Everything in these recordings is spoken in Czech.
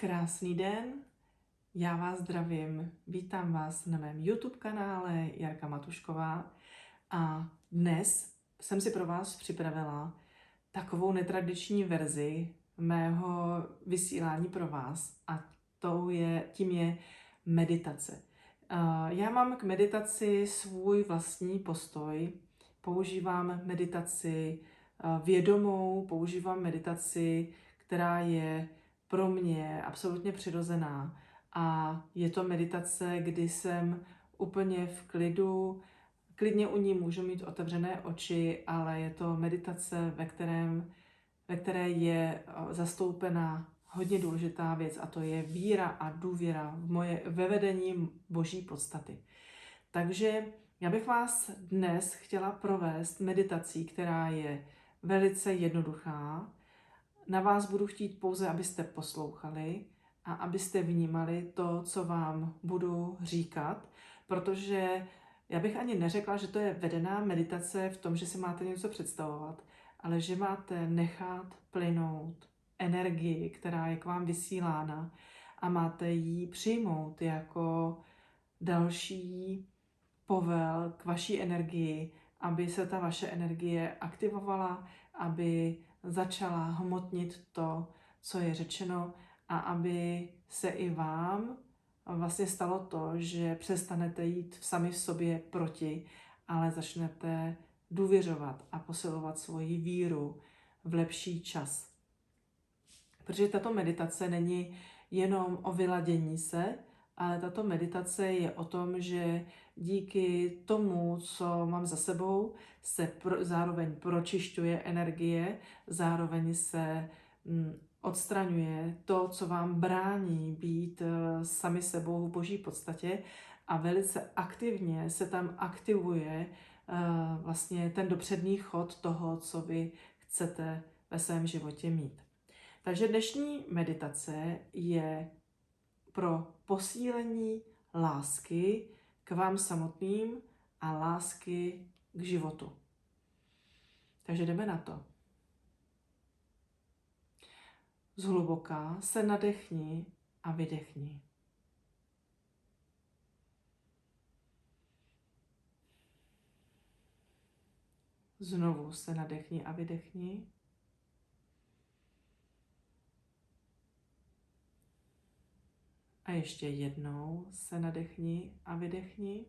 Krásný den, já vás zdravím, vítám vás na mém YouTube kanále Jarka Matušková a dnes jsem si pro vás připravila takovou netradiční verzi mého vysílání pro vás a tím je meditace. Já mám k meditaci svůj vlastní postoj, používám meditaci vědomou, používám meditaci, která je pro mě absolutně přirozená a je to meditace, kdy jsem úplně v klidu, klidně u ní můžu mít otevřené oči, ale je to meditace, ve které je zastoupena hodně důležitá věc a to je víra a důvěra ve vedení Boží podstaty. Takže já bych vás dnes chtěla provést meditací, která je velice jednoduchá. Na vás budu chtít pouze, abyste poslouchali a abyste vnímali to, co vám budu říkat, protože já bych ani neřekla, že to je vedená meditace v tom, že si máte něco představovat, ale že máte nechat plynout energii, která je k vám vysílána a máte ji přijmout jako další povel k vaší energii, aby se ta vaše energie aktivovala, aby začala hmotnit to, co je řečeno a aby se i vám vlastně stalo to, že přestanete jít sami v sobě proti, ale začnete důvěřovat a posilovat svoji víru v lepší čas. Protože tato meditace není jenom o vyladění se, ale tato meditace je o tom, že díky tomu, co mám za sebou, se zároveň pročišťuje energie, zároveň se odstraňuje to, co vám brání být sami sebou v Boží podstatě a velice aktivně se tam aktivuje vlastně ten dopředný chod toho, co vy chcete ve svém životě mít. Takže dnešní meditace je pro posílení lásky k vám samotným a lásky k životu. Takže jdeme na to. Zhluboka se nadechni a vydechni. Znovu se nadechni a vydechni. A ještě jednou se nadechni a vydechni.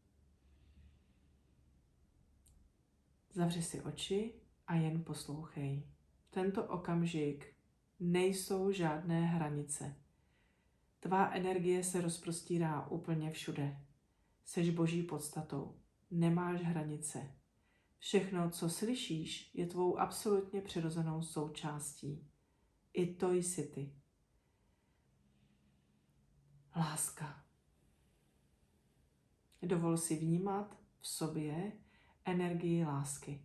Zavři si oči a jen poslouchej. V tento okamžik nejsou žádné hranice. Tvá energie se rozprostírá úplně všude. Seš Boží podstatou. Nemáš hranice. Všechno, co slyšíš, je tvou absolutně přirozenou součástí. I to jsi ty. Láska. Dovol si vnímat v sobě energii lásky.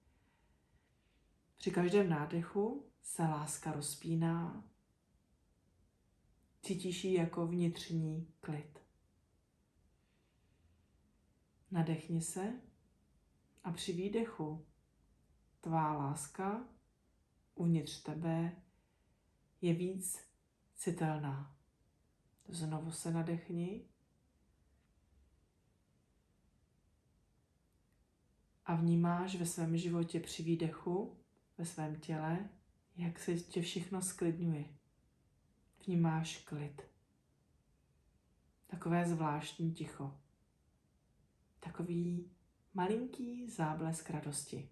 Při každém nádechu se láska rozpíná. Cítíš ji jako vnitřní klid. Nadechni se a při výdechu tvá láska uvnitř tebe je víc citelná. Znovu se nadechni a vnímáš ve svém životě při výdechu, ve svém těle, jak se tě všechno sklidňuje. Vnímáš klid. Takové zvláštní ticho. Takový malinký záblesk radosti.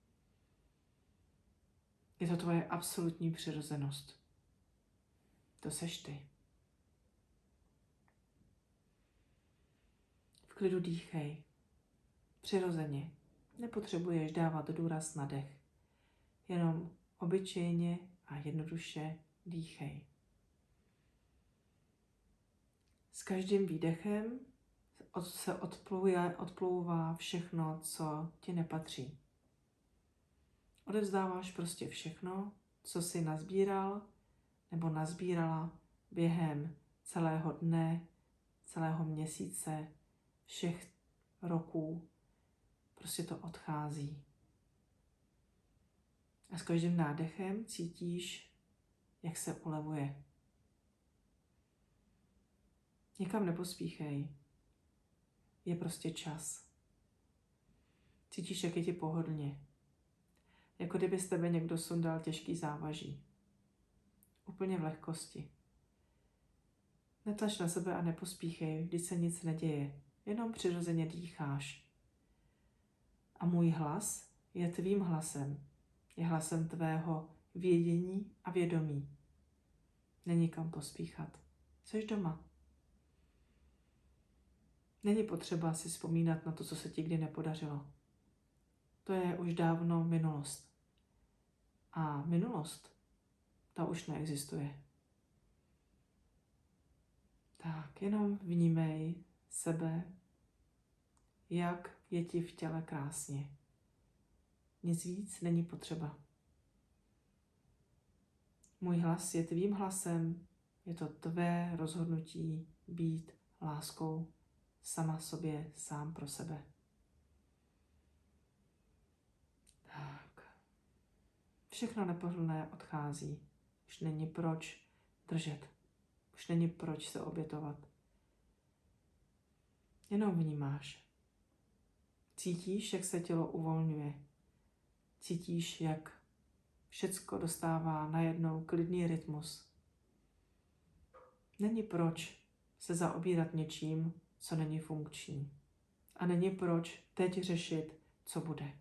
Je to tvoje absolutní přirozenost. To seš ty. V klidu dýchej. Přirozeně. Nepotřebuješ dávat důraz na dech. Jenom obyčejně a jednoduše dýchej. S každým výdechem se odplouvá všechno, co ti nepatří. Odevzdáváš prostě všechno, co jsi nazbíral nebo nazbírala během celého dne, celého měsíce, všech roků. Prostě to odchází. A s každým nádechem cítíš, jak se ulevuje. Nikam nepospíchej. Je prostě čas. Cítíš, jak je ti pohodlně. Jako kdyby z tebe někdo sundal těžký závaží. Úplně v lehkosti. Netlač na sebe a nepospíchej, když se nic neděje. Jenom přirozeně dýcháš. A můj hlas je tvým hlasem. Je hlasem tvého vědění a vědomí. Není kam pospíchat. Jseš doma. Není potřeba si vzpomínat na to, co se ti kdy nepodařilo. To je už dávno minulost. A minulost, ta už neexistuje. Tak, jenom vnímej sebe, jak je ti v těle krásně. Nic víc není potřeba. Můj hlas je tvým hlasem, je to tvé rozhodnutí být láskou sama sobě, sám pro sebe. Tak. Všechno nepohodlné odchází. Už není proč držet. Už není proč se obětovat. Jenom vnímáš. Cítíš, jak se tělo uvolňuje. Cítíš, jak všecko dostává najednou klidný rytmus. Není proč se zaobírat něčím, co není funkční. A není proč teď řešit, co bude.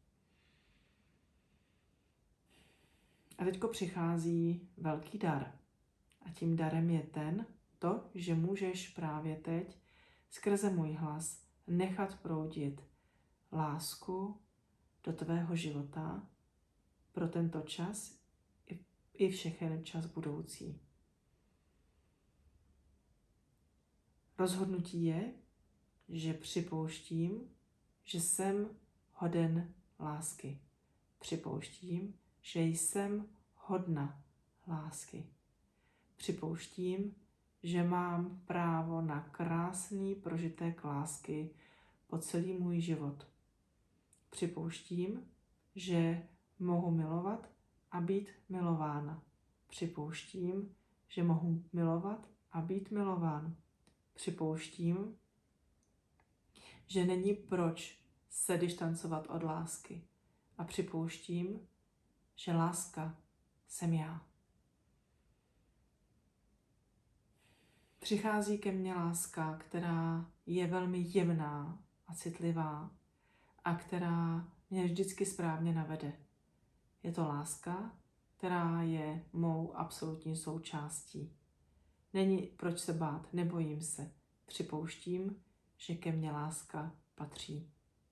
A teďko přichází velký dar. A tím darem je to, že můžeš právě teď skrze můj hlas nechat proudit lásku do tvého života pro tento čas i všechen čas budoucí. Rozhodnutí je, že připouštím, že jsem hoden lásky. Připouštím, že jsem hodna lásky. Připouštím, že mám právo na krásný prožitek lásky po celý můj život. Připouštím, že mohu milovat a být milována. Připouštím, že mohu milovat a být milován. Připouštím, že není proč se distancovat od lásky. A připouštím, že láska jsem já. Přichází ke mně láska, která je velmi jemná a citlivá a která mě vždycky správně navede. Je to láska, která je mou absolutní součástí. Není proč se bát, nebojím se. Připouštím, že ke mně láska patří.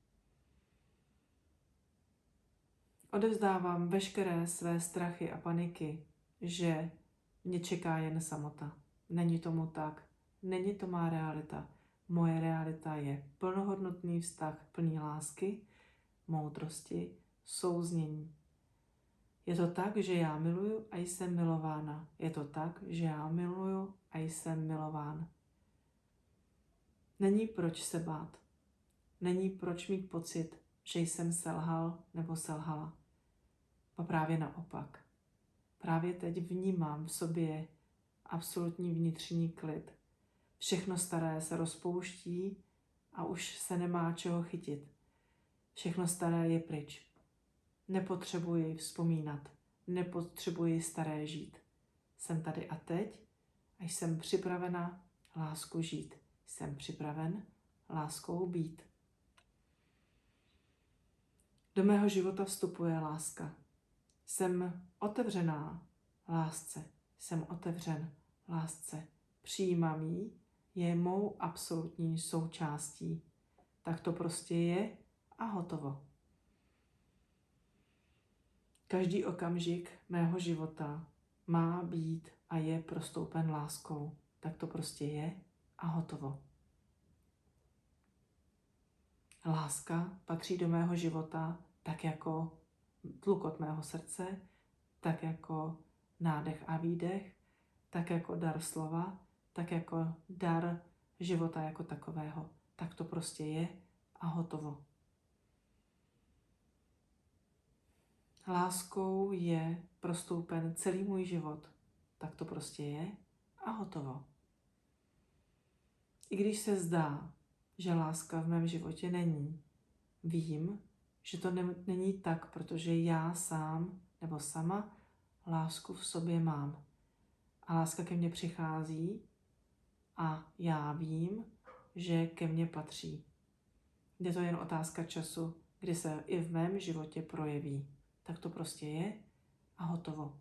Odevzdávám veškeré své strachy a paniky, že mě čeká jen samota. Není tomu tak. Není to má realita. Moje realita je plnohodnotný vztah plný lásky, moudrosti, souznění. Je to tak, že já miluju a jsem milována. Je to tak, že já miluju a jsem milován. Není proč se bát. Není proč mít pocit, že jsem selhal nebo selhala. A právě naopak. Právě teď vnímám v sobě absolutní vnitřní klid. Všechno staré se rozpouští a už se nemá čeho chytit. Všechno staré je pryč. Nepotřebuji vzpomínat. Nepotřebuji staré žít. Jsem tady a teď a jsem připravena lásku žít. Jsem připraven láskou být. Do mého života vstupuje láska. Jsem otevřená lásce. Jsem otevřen lásce. Přijímám ji, je mou absolutní součástí. Tak to prostě je a hotovo. Každý okamžik mého života má být a je prostoupen láskou. Tak to prostě je a hotovo. Láska patří do mého života tak jako tlukot mého srdce, tak jako nádech a výdech, tak jako dar slova, tak jako dar života jako takového. Tak to prostě je a hotovo. Láskou je prostoupen celý můj život. Tak to prostě je a hotovo. I když se zdá, že láska v mém životě není, vím, že to není tak, protože já sám nebo sama lásku v sobě mám. A láska ke mně přichází a já vím, že ke mně patří. Je to jen otázka času, kdy se i v mém životě projeví. Tak to prostě je a hotovo.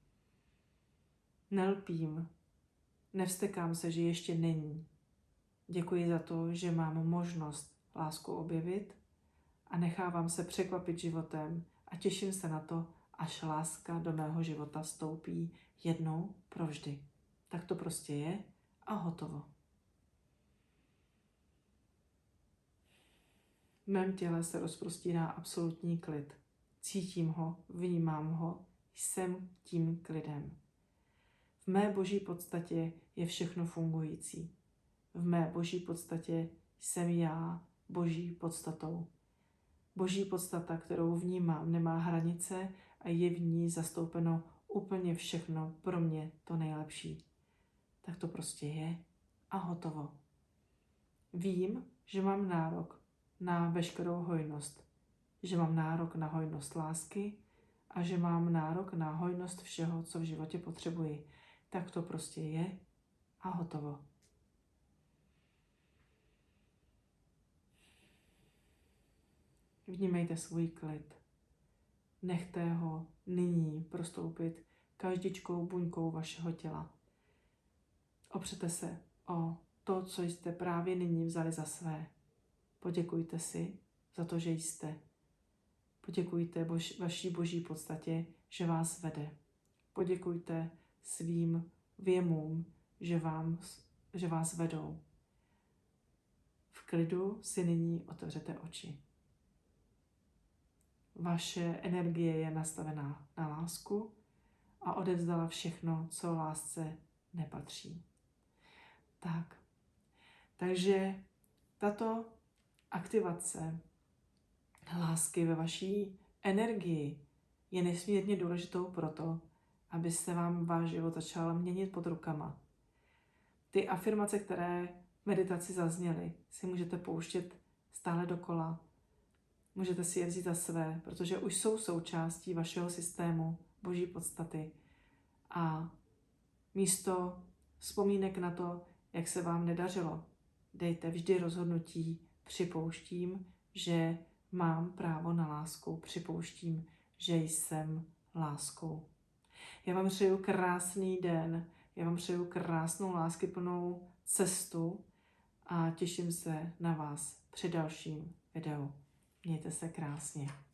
Nelpím, nevstekám se, že ještě není. Děkuji za to, že mám možnost lásku objevit a nechávám se překvapit životem a těším se na to, až láska do mého života vstoupí jednou provždy. Tak to prostě je a hotovo. V mém těle se rozprostírá absolutní klid. Cítím ho, vnímám ho, jsem tím klidem. V mé boží podstatě je všechno fungující. V mé boží podstatě jsem já boží podstatou. Boží podstata, kterou vnímám, nemá hranice a je v ní zastoupeno úplně všechno pro mě to nejlepší. Tak to prostě je a hotovo. Vím, že mám nárok na veškerou hojnost, že mám nárok na hojnost lásky a že mám nárok na hojnost všeho, co v životě potřebuji. Tak to prostě je a hotovo. Vnímejte svůj klid. Nechte ho nyní prostoupit každičkou buňkou vašeho těla. Opřete se o to, co jste právě nyní vzali za své. Poděkujte si za to, že jste. Poděkujte vaší boží podstatě, že vás vede. Poděkujte svým věmům, že vás vedou. V klidu si nyní otevřete oči. Vaše energie je nastavená na lásku a odevzdala všechno, co lásce nepatří. Takže tato aktivace lásky ve vaší energii je nesmírně důležitou proto, aby se vám váš život začal měnit pod rukama. Ty afirmace, které v meditaci zazněly, si můžete pouštět stále dokola. Můžete si je vzít za své, protože už jsou součástí vašeho systému boží podstaty. A místo vzpomínek na to, jak se vám nedařilo, dejte vždy rozhodnutí: připouštím, že mám právo na lásku, připouštím, že jsem láskou. Já vám přeju krásný den, já vám přeju krásnou láskyplnou cestu a těším se na vás při dalším videu. Mějte se krásně.